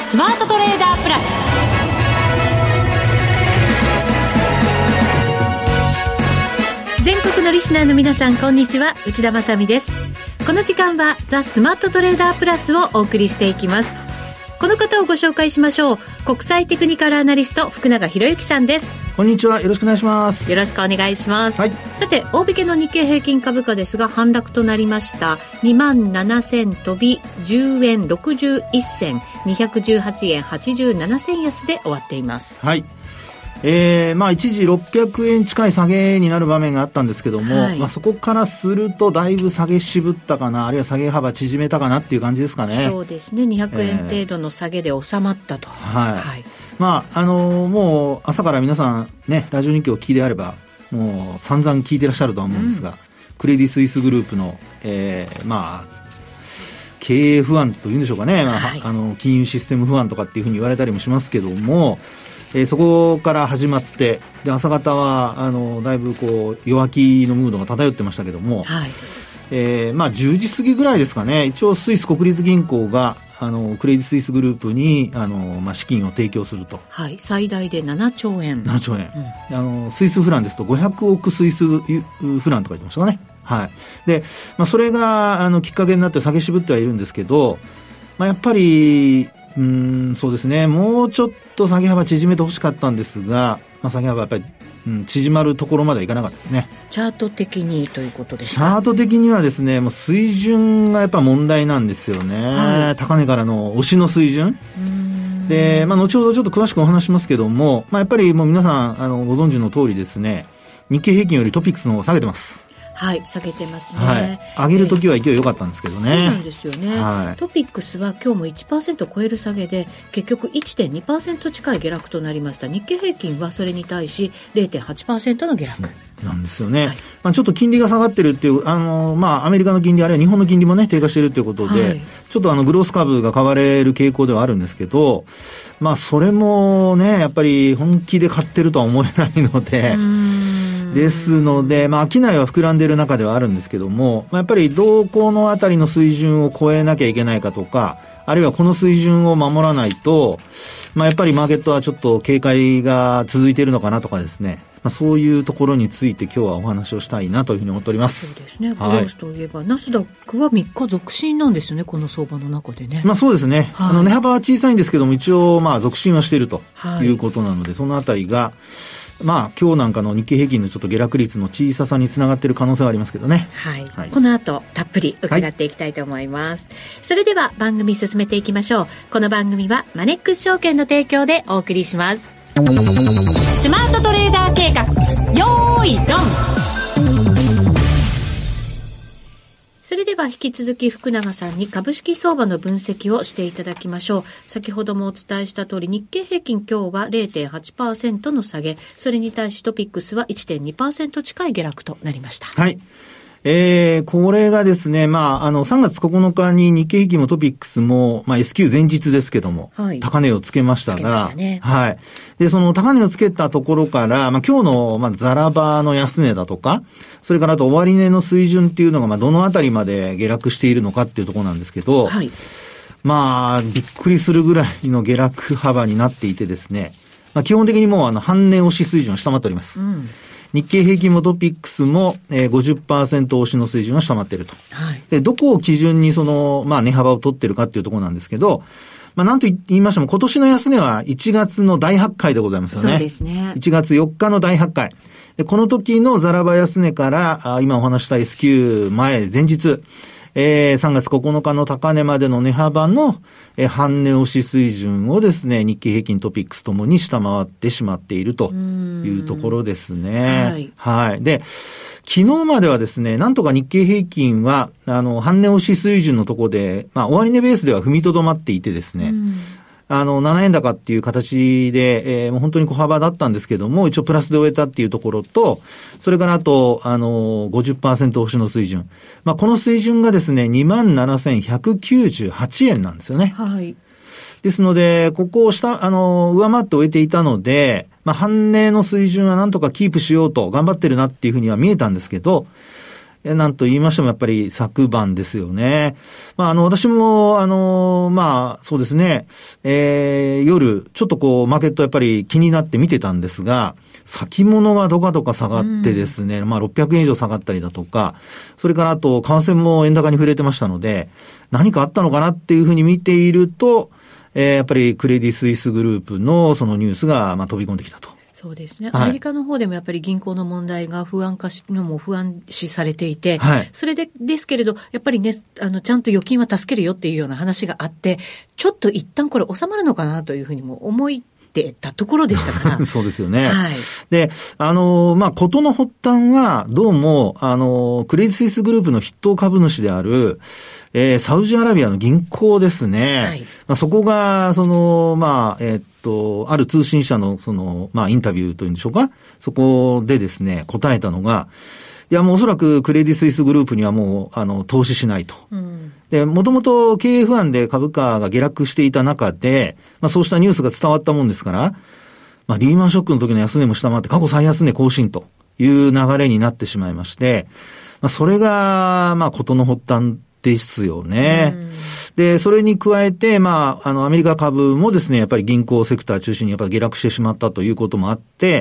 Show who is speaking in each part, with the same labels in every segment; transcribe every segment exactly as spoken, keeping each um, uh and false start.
Speaker 1: スマートトレーダープラス。全国のリスナーの皆さん、こんにちは、内田まさみです。この時間はザ・スマートトレーダープラスをお送りしていきます。この方をご紹介しましょう。国際テクニカルアナリスト、福永博之さんです。
Speaker 2: こんにちは、よろしくお願いします。
Speaker 1: よろしくお願いします、
Speaker 2: はい、
Speaker 1: さて、大引けの日経平均株価ですが反落となりました。 にまんななせん飛びじゅうえんろくじゅういっせん、にひゃくじゅうはちえんはちじゅうななせん安で終わっています。
Speaker 2: はい、えーまあ、一時ろっぴゃくえん近い下げになる場面があったんですけども、はい、まあ、そこからするとだいぶ下げ渋ったかな、あるいは下げ幅縮めたかなっていう感じですかね。
Speaker 1: そうですね、にひゃくえん程度の下げで収まったと、
Speaker 2: えー、はい、はい、まああのー、もう朝から皆さんね、ラジオ日経を聞いてあればもう散々聞いてらっしゃるとは思うんですが、うん、クレディスイスグループの、えー、まあ経営不安というんでしょうかね、まあはい、あの金融システム不安とかっていうふうに言われたりもしますけども、えー、そこから始まって、で朝方はあのだいぶこう弱気のムードが漂ってましたけども、はい、えーまあ、じゅうじ過ぎぐらいですかね、一応スイス国立銀行があのクレディスイスグループにあの、まあ、資金を提供すると、
Speaker 1: はい、最大でななちょうえん、
Speaker 2: ななちょうえん、うん、あのスイスフランですとごひゃくおくスイスフランとか言ってましたかね。はい、で、まあ、それがあのきっかけになって下げ渋ってはいるんですけど、まあ、やっぱりうーんそうですね、もうちょっと下げ幅縮めてほしかったんですが、まあ、下げ幅やっぱり、うん、縮まるところまではいかなかったですね。
Speaker 1: チャート的にということですか。
Speaker 2: チャート的にはですね、もう水準がやっぱ問題なんですよね、はい、高値からの押しの水準で、まあ、後ほどちょっと詳しくお話しますけども、まあ、やっぱりもう皆さんあのご存知の通りですね、日経平均よりトピックスの方が下げてます。
Speaker 1: はい、下げてますね、
Speaker 2: はい、上げるときは勢い良かったんですけどね、
Speaker 1: そうなんですよね、
Speaker 2: はい、
Speaker 1: トピックスは今日も いちパーセント 超える下げで結局 いってんにパーセント 近い下落となりました。日経平均はそれに対し れいてんはちパーセント の下落
Speaker 2: なんですよね、
Speaker 1: はい、
Speaker 2: まあ、ちょっと金利が下がってるっていうあの、まあ、アメリカの金利あるいは日本の金利もね低下しているということで、はい、ちょっとあのグロース株が買われる傾向ではあるんですけど、まあ、それもねやっぱり本気で買ってるとは思えないので、うーんですので、まあ、商いは膨らんでいる中ではあるんですけども、まあ、やっぱりどこのあたりの水準を超えなきゃいけないかとか、あるいはこの水準を守らないと、まあ、やっぱりマーケットはちょっと警戒が続いているのかなとかですね、まあ、そういうところについて今日はお話をしたいなというふうに思っております。
Speaker 1: そうですね、グロースといえば、はい、ナスダックはみっか続伸なんですよね、この相場の中でね。
Speaker 2: まあ、そうですね、はい、あの値幅は小さいんですけども一応まあ続伸はしているということなので、はい、そのあたりがまあ、今日なんかの日経平均のちょっと下落率の小ささにつながっている可能性はありますけどね、はい
Speaker 1: はい、この後たっぷり伺っていきたいと思います、はい、それでは番組進めていきましょう。この番組はマネックス証券の提供でお送りします。スマートトレーダー計画、よーいドン。それでは引き続き福永さんに株式相場の分析をしていただきましょう。先ほどもお伝えした通り、日経平均今日は れいてんはちパーセント の下げ、それに対しトピックスは いってんにパーセント 近い下落となりました。
Speaker 2: はい。えー、これがですね、まあ、あの、さんがつここのかに日経平均もトピックスも、まあ、エスキュー 前日ですけども、はい、高値をつけましたが、つけましたね。はい。で、その高値をつけたところから、まあ、今日の、まあ、ザラバの安値だとか、それからあと終値の水準っていうのが、まあ、どのあたりまで下落しているのかっていうところなんですけど、はい。まあ、びっくりするぐらいの下落幅になっていてですね、まあ、基本的にもう、あの、半値押し水準を下回っております。うん。日経平均もトピックスも、えー、ごじゅっパーセント 押しの水準が下回っていると。はい。で、どこを基準にその、まあ、値幅を取っているかっていうところなんですけど、まあ、なんと言いましても、今年の安値はいちがつのだいはちかいでございますよね。
Speaker 1: そうですね。
Speaker 2: いちがつよっかのだいはちかい。で、この時のザラバ安値から、あ今お話した エスキュー 前、前日、えー、さんがつここのかの高値までの値幅の、えー、半値押し水準をですね、日経平均トピックスともに下回ってしまっているというところですね。はい。はい。で、昨日まではですね、なんとか日経平均は、あの、半値押し水準のところで、まあ、終値ベースでは踏みとどまっていてですね、あの、ななえん高っていう形で、えー、もう本当に小幅だったんですけども、一応プラスで終えたっていうところと、それからあと、あの、ごじゅっパーセント 押しの水準。まあ、この水準がですね、にまんななせんひゃくきゅうじゅうはちえんなんですよね。はい。ですので、ここを下、あの、上回って終えていたので、まあ、半値の水準はなんとかキープしようと頑張ってるなっていうふうには見えたんですけど、 なんと言いましてもやっぱり昨晩ですよね。まあ、あの、私も、あの、まあ、そうですね、えー、夜、ちょっとこう、マーケットやっぱり気になって見てたんですが、先物がどかどか下がってですね、うん、まあ、ろっぴゃくえん以上下がったりだとか、それからあと、為替も円高に触れてましたので、何かあったのかなっていうふうに見ていると、えー、やっぱりクレディスイスグループのそのニュースが、まあ、飛び込んできたと。
Speaker 1: そうですね、はい、アメリカの方でもやっぱり銀行の問題が不安化しのも不安視されていて、はい、それでですけれどやっぱりね、あのちゃんと預金は助けるよっていうような話があって、ちょっと一旦これ収まるのかなというふうにも思いてたところでしたから
Speaker 2: そうですよね、
Speaker 1: はい、
Speaker 2: で、あのまあ事の発端はどうもあのクレディスイスグループの筆頭株主であるえー、サウジアラビアの銀行ですね。はい、まあ、そこが、その、まあ、えー、っと、ある通信社の、その、まあ、インタビューというんでしょうか。そこでですね、答えたのが、いや、もうおそらくクレディスイスグループにはもう、あの、投資しないと。うん、で、もともと経営不安で株価が下落していた中で、まあ、そうしたニュースが伝わったもんですから、まあ、リーマンショックの時の安値も下回って過去最安値更新という流れになってしまいまして、まあ、それが、まあ、事の発端ですよね。で、それに加えて、まあ、あの、アメリカ株もですね、やっぱり銀行セクター中心にやっぱり下落してしまったということもあって、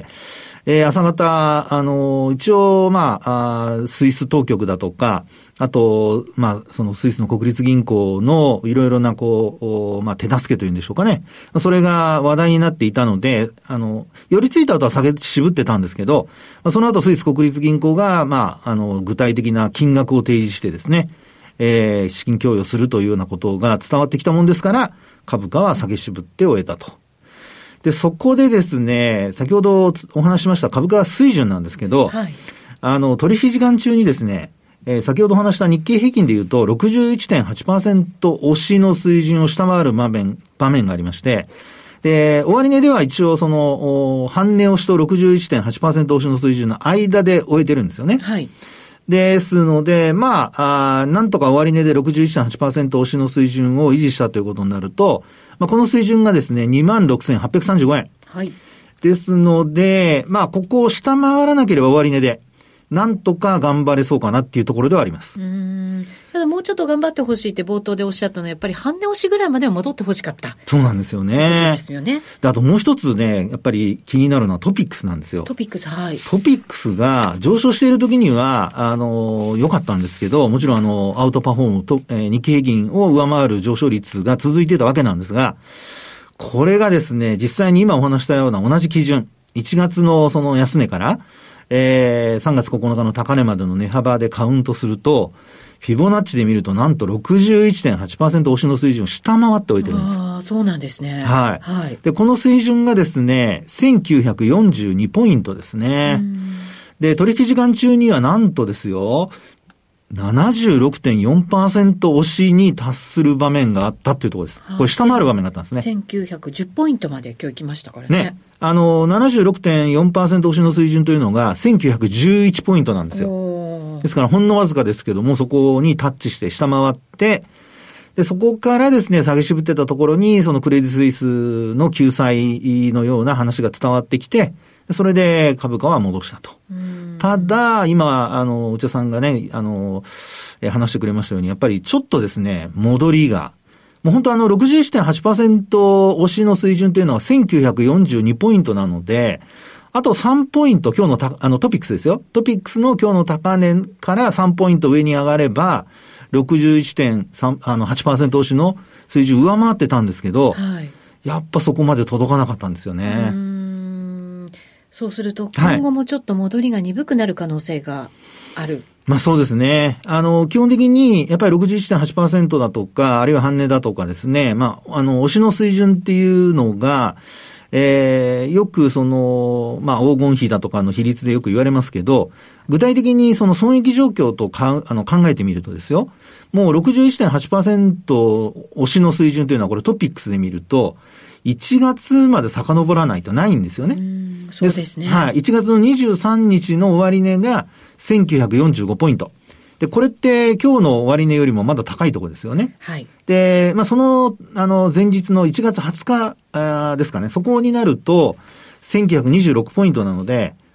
Speaker 2: えー、朝方、あの、一応、まあ、あスイス当局だとか、あと、まあ、そのスイスの国立銀行のいろいろな、こう、まあ、手助けというんでしょうかね。それが話題になっていたので、あの、寄りついた後は下げ渋ってたんですけど、その後スイス国立銀行が、まあ、あの、具体的な金額を提示してですね、えー、資金供与するというようなことが伝わってきたもんですから、株価は下げ渋って終えたと。で、そこでですね、先ほどお話ししました株価水準なんですけど、はい、あの、取引時間中にですね、えー、先ほどお話した日経平均でいうと ろくじゅういってんはちパーセント 押しの水準を下回る場面、場面がありまして、で、終値では一応その、半値押しと ろくじゅういってんはちパーセント 押しの水準の間で終えてるんですよね。はい。ですので、まあ、あなんとか終値で ろくじゅういってんはちパーセント 押しの水準を維持したということになると、まあ、この水準がですね、にまんろくせんはっぴゃくさんじゅうごえん。はい。ですので、まあ、ここを下回らなければ終値で、なんとか頑張れそうかなっていうところではあります。
Speaker 1: うーん。ただもうちょっと頑張ってほしいって冒頭でおっしゃったのは、やっぱり半値押しぐらいまでは戻ってほしかった。
Speaker 2: そうなんですよね。そうですよね。で、あともう一つね、やっぱり気になるのはトピックスなんですよ。
Speaker 1: トピックス、はい。
Speaker 2: トピックスが上昇している時には、あの、良かったんですけど、もちろんあの、アウトパフォームと、えー、日経平均を上回る上昇率が続いていたわけなんですが、これがですね、実際に今お話したような同じ基準、いちがつのその安値から、えー、さんがつここのかの高値までの値幅でカウントすると、フィボナッチで見るとなんと ろくじゅういってんはちパーセント 押しの水準を下回っておいてるんですよ。
Speaker 1: ああ、そうなんですね。
Speaker 2: はい。はい。で、この水準がですね、せんきゅうひゃくよんじゅうにポイントですね。で、取引時間中にはなんとですよ、ななじゅうろくてんよんパーセント 押しに達する場面があったっていうところです。これ下回る場面があったんですね。
Speaker 1: せんきゅうひゃくじゅうポイントまで今日行きましたからね。ね。
Speaker 2: あの、ななじゅうろくてんよんパーセント 押しの水準というのがせんきゅうひゃくじゅういちポイントなんですよ。ですからほんのわずかですけども、そこにタッチして下回って、で、そこからですね、下げ渋ってたところに、そのクレディスイスの救済のような話が伝わってきて、それで株価は戻したと。ただ、今、あの、内田さんがね、あの、え話してくれましたように、やっぱりちょっとですね、戻りが、もう本当あの ろくじゅういちてんはちパーセント 押しの水準というのはせんきゅうひゃくよんじゅうにポイントなので、あとさんポイント、今日のた、あのトピックスですよ。トピックスの今日の高値からさんポイント上に上がれば、ろくじゅういちてんはちパーセント 押しの水準上回ってたんですけど、はい、やっぱそこまで届かなかったんですよね。
Speaker 1: うーん、そうすると今後もちょっと戻りが鈍くなる可能性がある。はい、
Speaker 2: まあそうですね。あの、基本的に、やっぱり ろくじゅういちてんはちパーセント だとか、あるいは半値だとかですね、まあ、あの、押しの水準っていうのが、えー、よくその、まあ、黄金比だとかの比率でよく言われますけど、具体的にその損益状況とか、あの、考えてみるとですよ、もう ろくじゅういちてんはちパーセント 押しの水準というのは、これトピックスで見ると、いちがつまで遡らないとないんですよね。
Speaker 1: うん、そうですね。
Speaker 2: はい。いちがつのにじゅうさんにちの終値がせんきゅうひゃくよんじゅうごポイント。で、これって今日の終値よりもまだ高いところですよね。はい。で、まあ、その、あの、前日のいちがつはつかあですかね。そこになると、せんきゅうひゃくにじゅうろくポイントなので、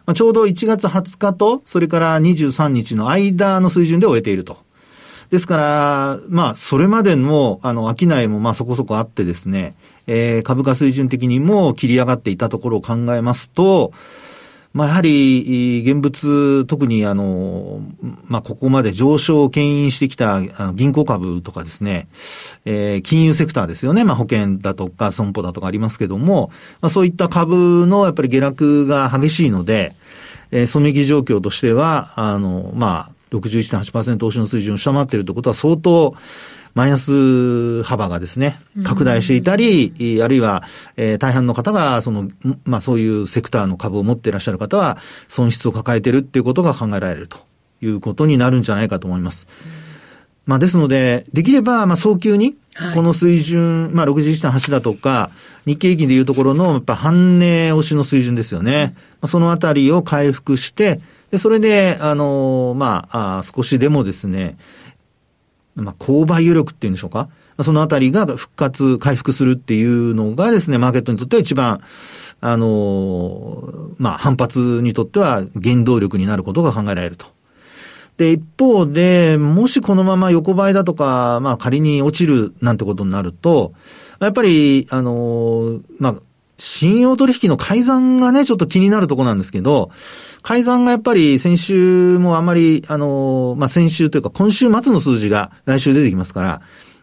Speaker 2: まあ、ちょうどいちがつはつかと、それからにじゅうさんにちの間の水準で終えていると。ですから、まあ、それまでの、あの、商いもまあそこそこあってですね、えー、株価水準的にも切り上がっていたところを考えますと、まあ、やはり、現物、特にあの、まあ、ここまで上昇を牽引してきたあの銀行株とかですね、えー、金融セクターですよね。まあ、保険だとか損保だとかありますけども、まあ、そういった株のやっぱり下落が激しいので、えー、損益状況としては、あの、まあ、ろくじゅういってんはちパーセント 押しの水準を下回っているということは相当、マイナス幅がですね、拡大していたり、うん、あるいは、えー、大半の方が、その、まあそういうセクターの株を持っていらっしゃる方は、損失を抱えているっていうことが考えられるということになるんじゃないかと思います。うん、まあですので、できれば、まあ早急に、この水準、はい、まあ ろくじゅういってんはち だとか、日経平均でいうところの、やっぱ半値押しの水準ですよね。うん、そのあたりを回復して、で、それで、あの、まあ、あ少しでもですね、まあ、購買余力っていうんでしょうか。そのあたりが復活、回復するっていうのがですね、マーケットにとっては一番、あの、まあ、反発にとっては原動力になることが考えられると。で、一方で、もしこのまま横ばいだとか、まあ、仮に落ちるなんてことになると、やっぱり、あの、まあ、信用取引の改ざんがね、ちょっと気になるところなんですけど、改ざんがやっぱり先週もあんまり、あの、まあ、先週というか今週末の数字が来週出てきますから、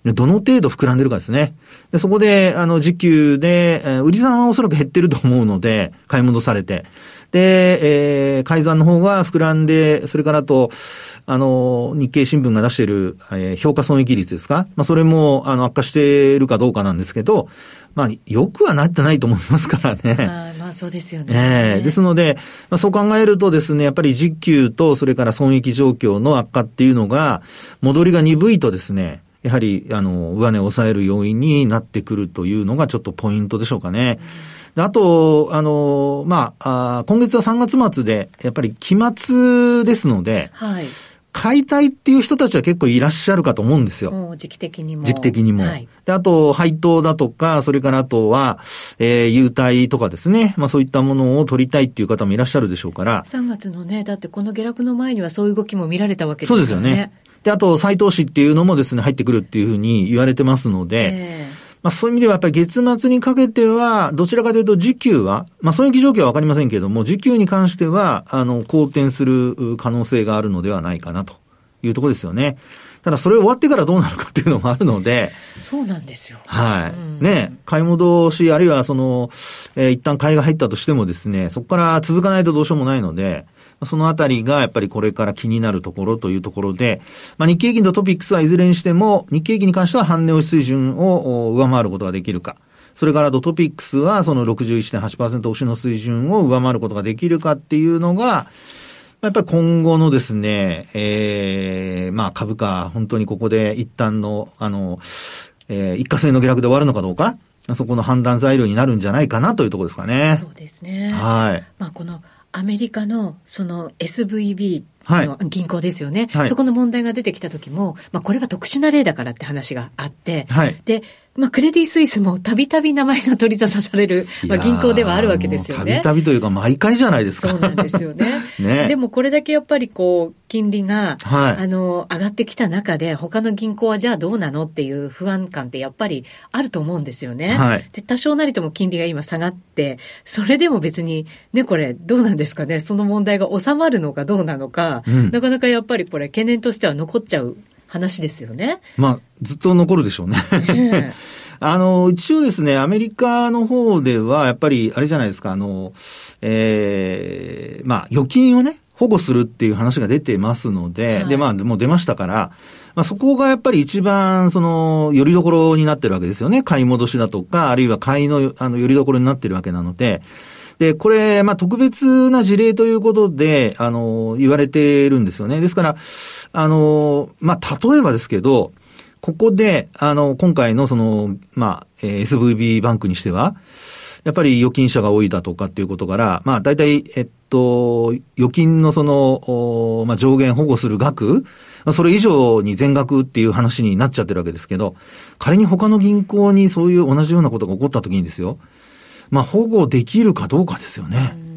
Speaker 2: どの程度膨らんでるかですね。でそこで、あの、時給で、えー、売り算はおそらく減ってると思うので、買い戻されて。で、えー、改ざんの方が膨らんで、それからあと、あの、日経新聞が出している、えー、評価損益率ですか？まあ、それも、あの、悪化しているかどうかなんですけど、まあ、よくはなってないと思いますからね。
Speaker 1: あまあ、そうですよね。
Speaker 2: えー、ですので、まあ、そう考えるとですね、やっぱり時給と、それから損益状況の悪化っていうのが、戻りが鈍いとですね、やはり、あの、上値を抑える要因になってくるというのがちょっとポイントでしょうかね。うん、あと、あの、まあ、あ今月はさんがつ末で、やっぱり期末ですので、はい。買いたいっていう人たちは結構いらっしゃるかと思うんですよ。
Speaker 1: もう時期的にも。
Speaker 2: 時期的にも。はい、で、あと、配当だとか、それからあとは、えー、優待とかですね。まあそういったものを取りたいっていう方もいらっしゃるでしょうから。
Speaker 1: さんがつのね、だってこの下落の前にはそういう動きも見られたわけですよね。
Speaker 2: そうですよね。で、あと、再投資っていうのもですね、入ってくるっていうふうに言われてますので、えーまあそういう意味ではやっぱり月末にかけては、どちらかというと時給は、まあ損益状況はわかりませんけれども、時給に関しては、あの、好転する可能性があるのではないかなというところですよね。ただそれ終わってからどうなるかっていうのもあるので。
Speaker 1: そうなんですよ。
Speaker 2: はい。うん、ね、買い戻し、あるいはその、えー、一旦買いが入ったとしてもですね、そこから続かないとどうしようもないので、そのあたりがやっぱりこれから気になるところというところで、まあ、日経平均とトピックスはいずれにしても、日経平均に関しては半値押し水準を上回ることができるか。それからドトピックスはその ろくじゅういってんはちパーセント 押しの水準を上回ることができるかっていうのが、やっぱり今後のですね、えー、まあ株価、本当にここで一旦の、あの、えー、一過性の下落で終わるのかどうか、そこの判断材料になるんじゃないかなというところですかね。
Speaker 1: そうですね。
Speaker 2: はい。
Speaker 1: まあこのアメリカのその エスブイビーの銀行ですよね、はい、そこの問題が出てきた時も、まあ、これは特殊な例だからって話があって、はい、で、まあ、クレディ・スイスもたびたび名前が取り沙汰される、まあ、銀行ではあるわけですよね。
Speaker 2: たびたびというか毎回じゃないですか。
Speaker 1: そうなんですよね。ね、でもこれだけやっぱりこう金利が、はい、あの上がってきた中で他の銀行はじゃあどうなのっていう不安感ってやっぱりあると思うんですよね。はい、で多少なりとも金利が今下がってそれでも別にねこれどうなんですかね、その問題が収まるのかどうなのか、うん、なかなかやっぱりこれ懸念としては残っちゃう話ですよね。
Speaker 2: まあずっと残るでしょうね。ねあの、一応ですね、アメリカの方では、やっぱり、あれじゃないですか、あの、ええー、まあ、預金をね、保護するっていう話が出てますので、はい、で、まあ、もう出ましたから、まあ、そこがやっぱり一番、その、よりどころになってるわけですよね。買い戻しだとか、あるいは買いの、あの、よりどころになってるわけなので、で、これ、まあ、特別な事例ということで、あの、言われてるんですよね。ですから、あの、まあ、例えばですけど、ここで、あの、今回のその、まあ、えー、エスブイビー バンクにしては、やっぱり預金者が多いだとかっていうことから、まあ、大体、えっと、預金のその、まあ、上限保護する額、それ以上に全額っていう話になっちゃってるわけですけど、仮に他の銀行にそういう同じようなことが起こった時にですよ、まあ、保護できるかどうかですよね。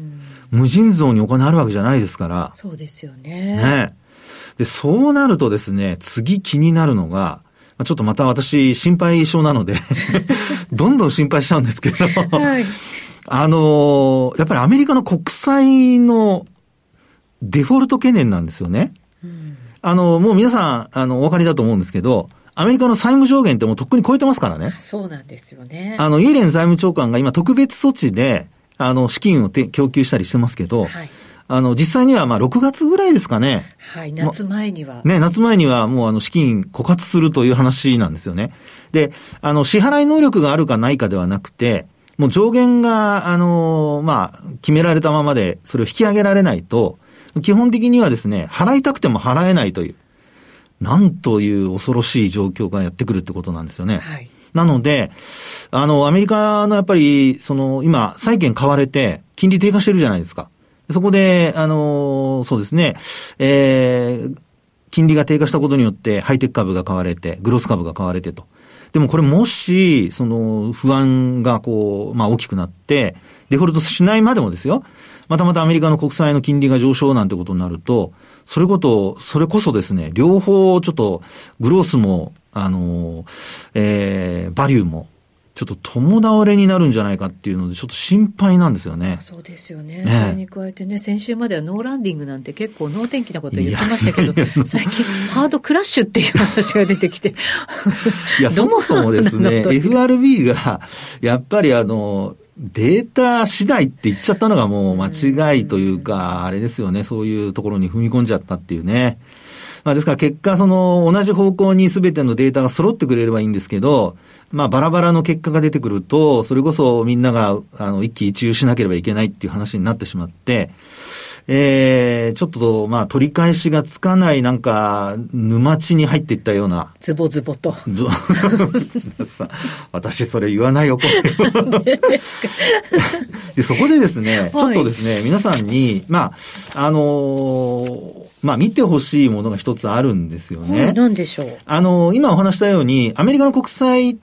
Speaker 2: 無尽蔵にお金あるわけじゃないですから。
Speaker 1: そうですよね。
Speaker 2: ね。で、そうなるとですね、次気になるのが、ちょっとまた私心配性なので、どんどん心配しちゃうんですけど、はい、あの、やっぱりアメリカの国債のデフォルト懸念なんですよね。うん、あの、もう皆さん、あの、お分かりだと思うんですけど、アメリカの債務上限ってもうとっくに超えてますからね。
Speaker 1: そうなんですよね。
Speaker 2: あの、イエレン財務長官が今特別措置で、あの、資金をて供給したりしてますけど、はい、あの、実際にはまあろくがつぐらいですかね。
Speaker 1: はい、夏前には。
Speaker 2: ね、夏前にはもうあの資金枯渇するという話なんですよね。で、あの、支払い能力があるかないかではなくて、もう上限が、あの、まあ、決められたままで、それを引き上げられないと、基本的にはですね、払いたくても払えないという、なんという恐ろしい状況がやってくるってことなんですよね。はい。なので、あの、アメリカのやっぱり、その、今、債券買われて、金利低下してるじゃないですか。そこで、あの、そうですね、えー、金利が低下したことによって、ハイテク株が買われて、グロース株が買われてと。でもこれもし、その、不安がこう、まあ大きくなって、デフォルトしないまでもですよ。またまたアメリカの国債の金利が上昇なんてことになると、それこと、それこそですね、両方ちょっと、グロースも、あの、えー、バリューも、ちょっと共倒れになるんじゃないかっていうので、ちょっと心配なんですよね。
Speaker 1: そうですよね。ね、それに加えてね、先週まではノーランディングなんて結構ノー天気なこと言ってましたけど、最近ハードクラッシュっていう話が出てきて。
Speaker 2: いや、そもそもですね、エフアールビー が、やっぱりあの、データ次第って言っちゃったのがもう間違いというか、あれですよね、そういうところに踏み込んじゃったっていうね。まあですから結果その同じ方向に全てのデータが揃ってくれればいいんですけど、まあバラバラの結果が出てくると、それこそみんながあの一喜一憂しなければいけないっていう話になってしまって、えー、ちょっとまあ取り返しがつかないなんか沼地に入っていったような。
Speaker 1: ズボズボと。
Speaker 2: 私それ言わないよ、これ。でそこでですね、はい、ちょっとですね、皆さんに、まあ、あのー、まあ見てほしいものが一つあるんですよね。
Speaker 1: はい、何でしょう。
Speaker 2: あのー、今お話したように、アメリカの国債って、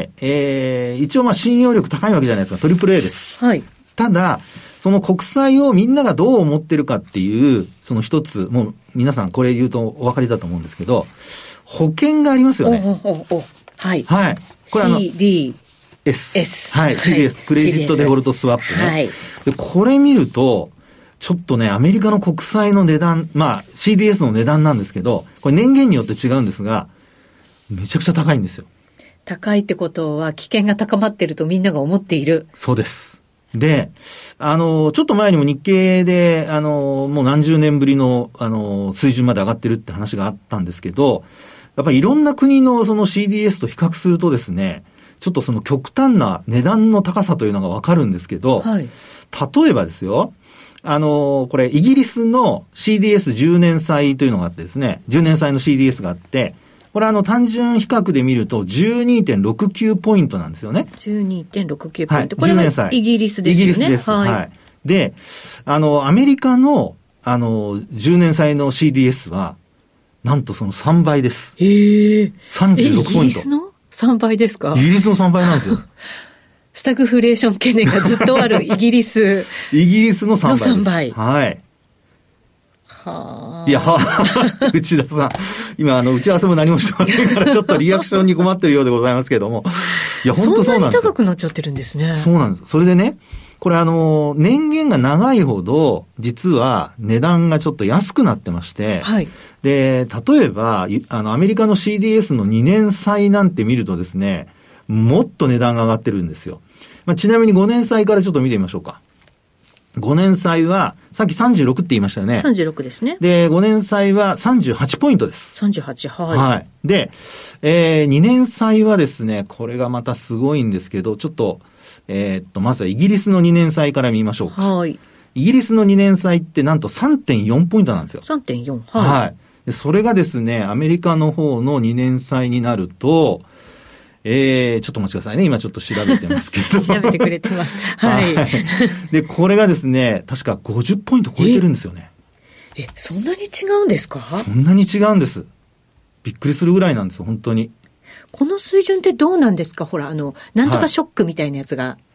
Speaker 2: えー、一応まあ信用力高いわけじゃないですか。トリプル A です。
Speaker 1: はい。
Speaker 2: ただ、その国債をみんながどう思ってるかっていう、その一つ、もう皆さんこれ言うとお分かりだと思うんですけど、保険がありますよね。
Speaker 1: おおおおはい。
Speaker 2: はい。
Speaker 1: これあの シーディーエ
Speaker 2: ス。はい。シーディーエス。クレジットデフォルトスワップね。はい。で、これ見ると、ちょっとね、アメリカの国債の値段、まあ シーディーエス の値段なんですけど、これ年限によって違うんですが、めちゃくちゃ高いんですよ。
Speaker 1: 高いってことは危険が高まってるとみんなが思っている。
Speaker 2: そうです。で、あの、ちょっと前にも日経で、あの、もう何十年ぶりの、あの、水準まで上がってるって話があったんですけど、やっぱりいろんな国のその シーディーエス と比較するとですね、ちょっとその極端な値段の高さというのがわかるんですけど、はい、例えばですよ、あの、これイギリスの シーディーエスじゅう 年債というのがあってですね、じゅうねん債の シーディーエス があって、これあの単純比較で見ると じゅうにてんろくきゅう ポイントなんですよね。
Speaker 1: じゅうにてんろくきゅうポイント。はい、これはイギリスですよね。イギリスです。はい。はい、
Speaker 2: で、あの、アメリカの、あの、じゅうねん債の シーディーエス は、なんとそのさんばいです。
Speaker 1: へえ。
Speaker 2: さんじゅうろくポイント。
Speaker 1: イギリスのさんばいですか？
Speaker 2: イギリスのさんばいなんですよ。
Speaker 1: スタグフレーション懸念がずっとあるイギリス。
Speaker 2: イギリスのさんばいです。
Speaker 1: のさんばい。
Speaker 2: はい。
Speaker 1: はあ。
Speaker 2: いや、はあ、内田さん。今、あの、打ち合わせも何もしてませんから、ちょっとリアクションに困ってるようでございますけども。いや、本当そうなんですよ。そんなに
Speaker 1: 高くなっちゃってるんですね。
Speaker 2: そうなんです。それでね、これあの、年限が長いほど、実は値段がちょっと安くなってまして、はい。で、例えば、あの、アメリカの シーディーエス のにねん債なんて見るとですね、もっと値段が上がってるんですよ。まあ、ちなみにごねん債からちょっと見てみましょうか。ごねん債は、さっきさんじゅうろくって言いましたよね。
Speaker 1: さんじゅうろくですね。
Speaker 2: で、ごねん債はさんじゅうはちポイントです。
Speaker 1: さんじゅうはち、はい。
Speaker 2: はい。で、えー、にねん債はですね、これがまたすごいんですけど、ちょっと、えー、っと、まずはイギリスのにねん債から見ましょうか。
Speaker 1: はい。
Speaker 2: イギリスのにねん債ってなんと さんてんよん ポイントなんですよ。
Speaker 1: さんてんよん、はい。
Speaker 2: はい。で、それがですね、アメリカの方のにねん債になると、えー、ちょっとお待ちくださいね。今ちょっと調べてますけど。
Speaker 1: 調べてくれてます。はい。はい、
Speaker 2: で、これがですね、確かごじゅうポイント超えてるんですよね。
Speaker 1: え、えそんなに違うんですか？
Speaker 2: そんなに違うんです。びっくりするぐらいなんですよ、本当に。
Speaker 1: この水準ってどうなんですか？ほら、あの、なんとかショックみたいなやつが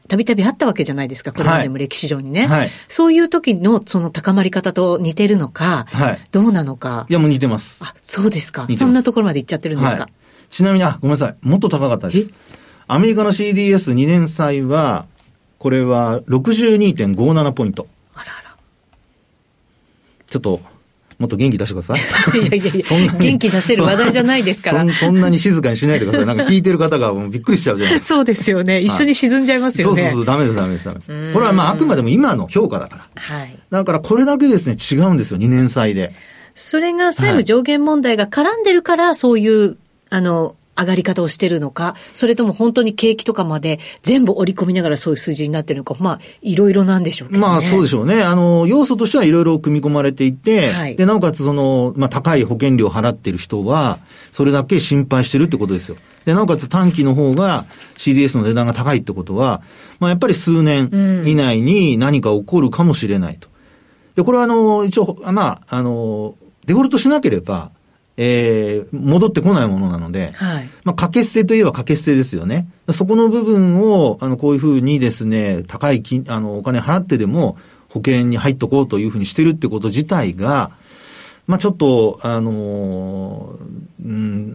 Speaker 1: たびたびあったわけじゃないですか、これまでも歴史上にね。
Speaker 2: はい、
Speaker 1: そういう時のその高まり方と似てるのか、はい、どうなのか。
Speaker 2: いや、もう似てます。
Speaker 1: あ、そうですか。そんなところまで行っちゃってるんですか。
Speaker 2: はい、ちなみに、あ、ごめんなさい。もっと高かったです。アメリカの シーディーエスに 年債は、これは ろくじゅうにてんごなな ポイント。あらあら。ちょっと、もっと元気出してください。
Speaker 1: いやいやいや、そんな元気出せる話題じゃないですから。
Speaker 2: そ, そんなに静かにしないでください。なんか聞いてる方がもうびっくりしちゃうじゃないですか。
Speaker 1: そうですよね。一緒に沈んじゃいますよね。
Speaker 2: はい、そうそうそう、ダメです、ダメです、ダメです。これはまああくまでも今の評価だから。はい。だからこれだけですね、違うんですよ、にねん債で。
Speaker 1: それが債務上限問題が絡んでるから、そういう、あの、上がり方をしてるのか、それとも本当に景気とかまで全部織り込みながらそういう数字になってるのか、まあ、いろいろなんでしょうけどね。
Speaker 2: まあ、そうでしょうね。あの、要素としてはいろいろ組み込まれていて、はい、で、なおかつその、まあ、高い保険料を払っている人は、それだけ心配してるってことですよ。で、なおかつ短期の方が シーディーエス の値段が高いってことは、まあ、やっぱり数年以内に何か起こるかもしれないと。で、これはあの、一応、まあ、あの、デフォルトしなければ、えー、戻ってこないものなので、はい、まあ、可決性といえば可決性ですよね。そこの部分を、あの、こういうふうにですね、高い金、あの、お金払ってでも保険に入っとこうというふうにしてるってこと自体が、まあ、ちょっと、あのー、うん、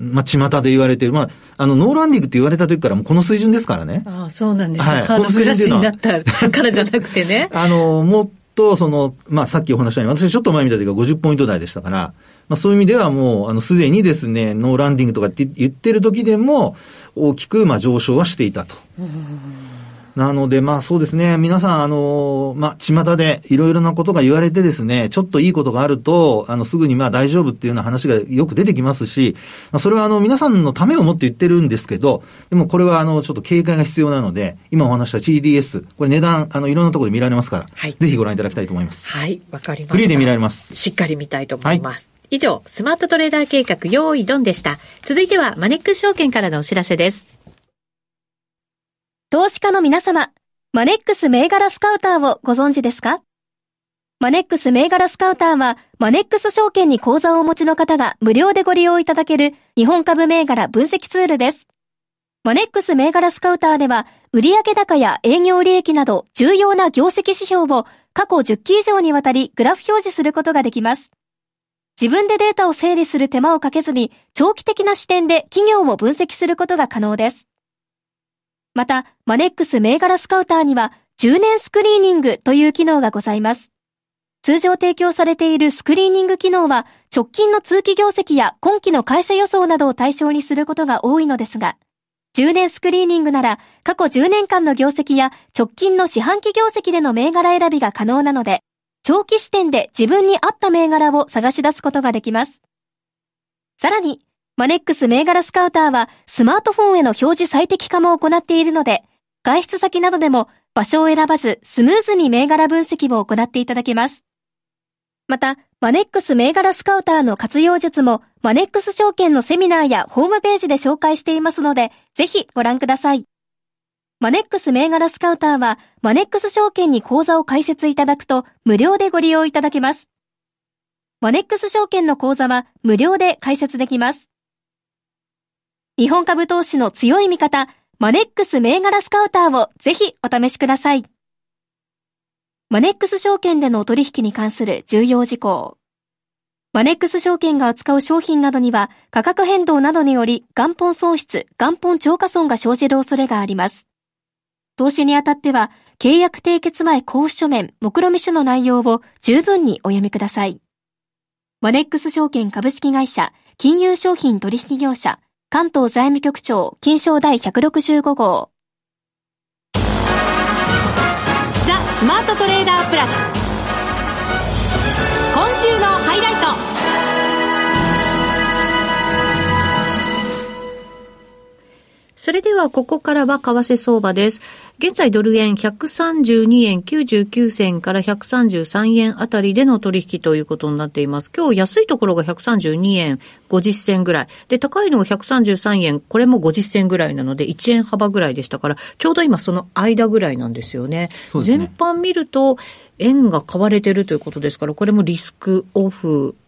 Speaker 2: まあ、巷で言われてる、まあ、あの、ノーランディングって言われた時からもうこの水準ですからね。
Speaker 1: ああ、そうなんですね。はい、あの、暮らしになったからじゃなくてね。
Speaker 2: あの、もっと、その、まあ、さっきお話したように、私ちょっと前見た時がごじゅうポイント台でしたから、まあ、そういう意味ではもう、あの、すでにですね、ノーランディングとかって言ってる時でも、大きく、まあ、上昇はしていたと。なので、まあ、そうですね、皆さん、あの、まあ、巷でいろいろなことが言われてですね、ちょっといいことがあると、あの、すぐにまあ、大丈夫っていうような話がよく出てきますし、まあ、それはあの、皆さんのためを思って言ってるんですけど、でもこれはあの、ちょっと警戒が必要なので、今お話した シーディーエス、これ値段、あの、いろんなところで見られますから、はい、ぜひご覧いただきたいと思います。
Speaker 1: はい、わかりました。
Speaker 2: フリーで見られます。
Speaker 1: しっかり見たいと思います。はい、以上、スマートトレーダー計画用意ドンでした。続いてはマネックス証券からのお知らせです。
Speaker 3: 投資家の皆様、マネックス銘柄スカウターをご存知ですか？マネックス銘柄スカウターは、マネックス証券に口座をお持ちの方が無料でご利用いただける日本株銘柄分析ツールです。マネックス銘柄スカウターでは、売上高や営業利益など重要な業績指標を過去じゅっき以上にわたりグラフ表示することができます。自分でデータを整理する手間をかけずに、長期的な視点で企業を分析することが可能です。また、マネックス銘柄スカウターには、じゅうねんスクリーニングという機能がございます。通常提供されているスクリーニング機能は、直近の通期業績や今期の会社予想などを対象にすることが多いのですが、じゅうねんスクリーニングなら、過去じゅうねんかんの業績や直近の四半期業績での銘柄選びが可能なので、長期視点で自分に合った銘柄を探し出すことができます。さらに、マネックス銘柄スカウターはスマートフォンへの表示最適化も行っているので、外出先などでも場所を選ばずスムーズに銘柄分析を行っていただけます。また、マネックス銘柄スカウターの活用術もマネックス証券のセミナーやホームページで紹介していますので、ぜひご覧ください。マネックス銘柄スカウターは、マネックス証券に口座を開設いただくと無料でご利用いただけます。マネックス証券の口座は無料で開設できます。日本株投資の強い味方、マネックス銘柄スカウターをぜひお試しください。マネックス証券での取引に関する重要事項。マネックス証券が扱う商品などには価格変動などにより元本喪失、元本超過損が生じる恐れがあります。投資にあたっては契約締結前交付書面、目論見書の内容を十分にお読みください。マネックス証券株式会社、金融商品取引業者、関東財務局長金賞第ひゃくろくじゅうご号。
Speaker 1: ザ・スマートトレーダープラス、今週のハイライト。それではここからは為替相場です。現在ドル円ひゃくさんじゅうにえんきゅうじゅうきゅう銭からひゃくさんじゅうさんえんあたりでの取引ということになっています。今日安いところがひゃくさんじゅうにえんごじゅっ銭ぐらいで、高いのがひゃくさんじゅうさんえん、これもごじゅっ銭ぐらいなのでいちえん幅ぐらいでしたから、ちょうど今その間ぐらいなんですよね。そうですね。全般見ると円が買われてるということですから、これもリスクオフ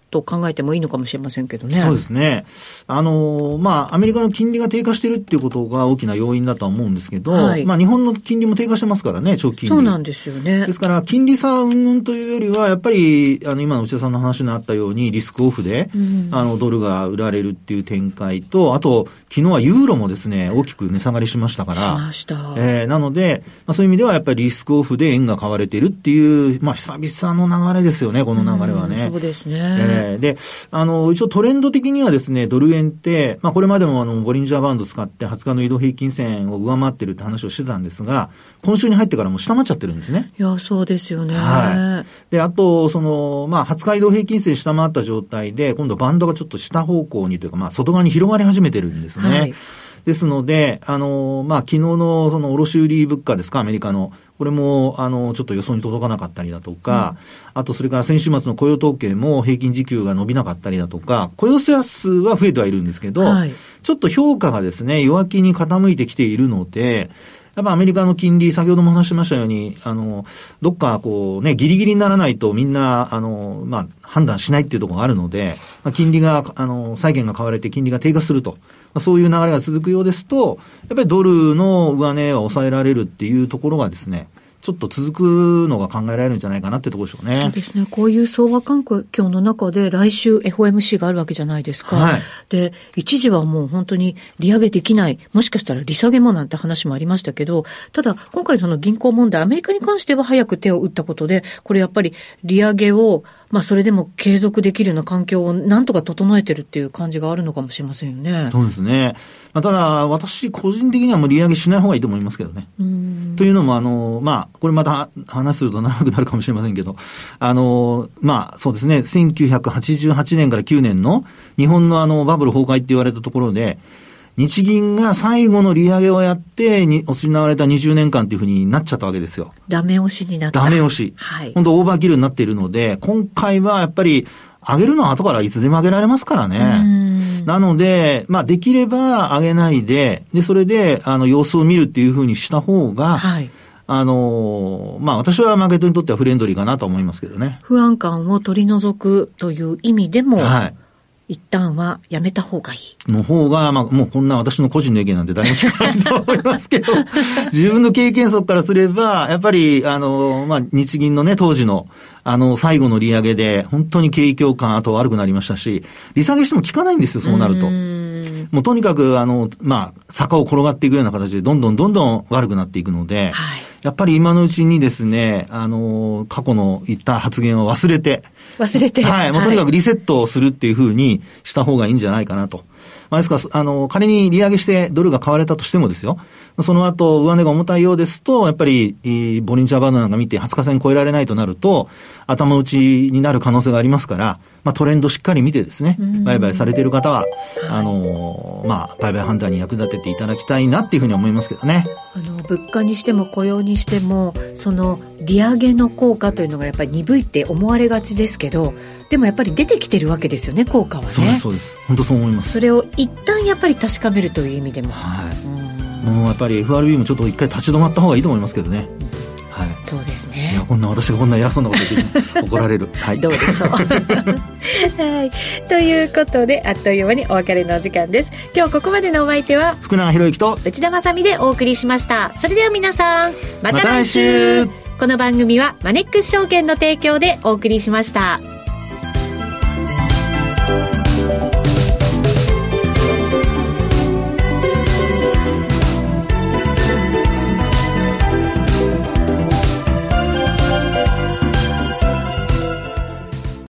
Speaker 1: と考えてもいいのかもしれませんけどね。
Speaker 2: そうですね。あの、まあ、アメリカの金利が低下してるっていうことが大きな要因だとは思うんですけど、はい、まあ、日本の金利も低下してますからね、長期金利。
Speaker 1: そうなんですよね。
Speaker 2: ですから、金利差云々というよりは、やっぱり、あの、今の内田さんの話にあったように、リスクオフで、うん、あの、ドルが売られるっていう展開と、あと、昨日はユーロもですね、大きく値下がりしましたから、
Speaker 1: しました。
Speaker 2: えー、なので、まあ、そういう意味では、やっぱりリスクオフで円が買われているっていう、まあ、久々の流れですよね、この流れはね。
Speaker 1: うん、そうですね。
Speaker 2: えー、で、あの、一応トレンド的にはですね、ドル円って、まあこれまでもあの、ボリンジャーバンド使ってはつかの移動平均線を上回ってるって話をしてたんですが、今週に入ってからもう下回っちゃってるんですね。
Speaker 1: いや、そうですよね。
Speaker 2: はい。で、あと、その、まあはつか移動平均線下回った状態で、今度バンドがちょっと下方向にというか、まあ外側に広がり始めてるんですね。はい。ですので、あの、まあ、昨日のその卸売物価ですか、アメリカの。これも、あの、ちょっと予想に届かなかったりだとか、うん、あとそれから先週末の雇用統計も平均時給が伸びなかったりだとか、雇用者数は増えてはいるんですけど、はい、ちょっと評価がですね、弱気に傾いてきているので、やっぱアメリカの金利、先ほども話しましたように、あの、どっかこうね、ギリギリにならないとみんな、あの、まあ、判断しないっていうところがあるので、まあ、金利が、あの、債券が買われて金利が低下すると。そういう流れが続くようですと、やっぱりドルの上値は抑えられるっていうところがですね、ちょっと続くのが考えられるんじゃないかなってところでしょうね。
Speaker 1: そうですね。こういう相場環境の中で来週 エフオーエムシー があるわけじゃないですか。はい。で、一時はもう本当に利上げできない、もしかしたら利下げもなんて話もありましたけど、ただ今回その銀行問題、アメリカに関しては早く手を打ったことで、これやっぱり利上げをまあそれでも継続できるような環境をなんとか整えてるっていう感じがあるのかもしれませんよね。
Speaker 2: そうですね。まあ、ただ私個人的にはもう利上げしない方がいいと思いますけどね。
Speaker 1: うん。
Speaker 2: というのもあの、まあこれまた話すると長くなるかもしれませんけど、あの、まあそうですね、せんきゅうひゃくはちじゅうはちねんからきゅうねんの日本のあのバブル崩壊って言われたところで、日銀が最後の利上げをやってに失われたにじゅうねんかんというふうになっちゃったわけですよ。
Speaker 1: ダメ押しになった。
Speaker 2: ダメ押し。
Speaker 1: はい。
Speaker 2: 本当オーバーキルになっているので、今回はやっぱり上げるのは後からいつでも上げられますからね。なので、まあできれば上げないで、で、それであの様子を見るっていうふうにした方が、はい。あの、まあ私はマーケットにとってはフレンドリーかなと思いますけどね。
Speaker 1: 不安感を取り除くという意味でも、はい。一旦はやめた方がいい。
Speaker 2: の方が、まあ、もうこんな私の個人の意見なんて誰も聞かないと思いますけど、自分の経験則からすれば、やっぱり、あの、まあ、日銀のね、当時の、あの、最後の利上げで、本当に景況感、あと悪くなりましたし、利下げしても効かないんですよ、そうなると。うもうとにかく、あの、まあ、坂を転がっていくような形で、どんどんどんどん悪くなっていくので、はい、やっぱり今のうちにですね、あの、過去の言った発言を忘れて、
Speaker 1: 忘れて。
Speaker 2: はい。もうとにかくリセットをするっていうふうにした方がいいんじゃないかなと。まあ、ですから、あの、仮に利上げしてドルが買われたとしてもですよ。その後、上値が重たいようですと、やっぱり、ボリンジャーバンドなんか見てはつか線超えられないとなると、頭打ちになる可能性がありますから、まあ、トレンドしっかり見てですね、売買されている方は、あの、まあ、売買判断に役立てていただきたいなっていうふうに思いますけどね。
Speaker 1: あの、物価にしても雇用にしても、その、利上げの効果というのがやっぱり鈍いって思われがちですけど、でもやっぱり出てきてるわけですよね、効果はね。
Speaker 2: そうですそうです。本当そう思います。
Speaker 1: それを一旦やっぱり確かめるという意味でも、
Speaker 2: はい、うん、もうやっぱり エフアールビー もちょっと一回立ち止まった方がいいと思いますけどね。はい、
Speaker 1: そうですね。
Speaker 2: いや、こんな私がこんな偉そうなこと言って怒られる。はい。
Speaker 1: どうでしょう。はい。ということで、あっという間にお別れのお時間です。今日ここまでのお相手は
Speaker 2: 福永博之と
Speaker 1: 内田まさみでお送りしました。それでは皆さん、また来週。また来週。この番組はマネックス証券の提供でお送りしました。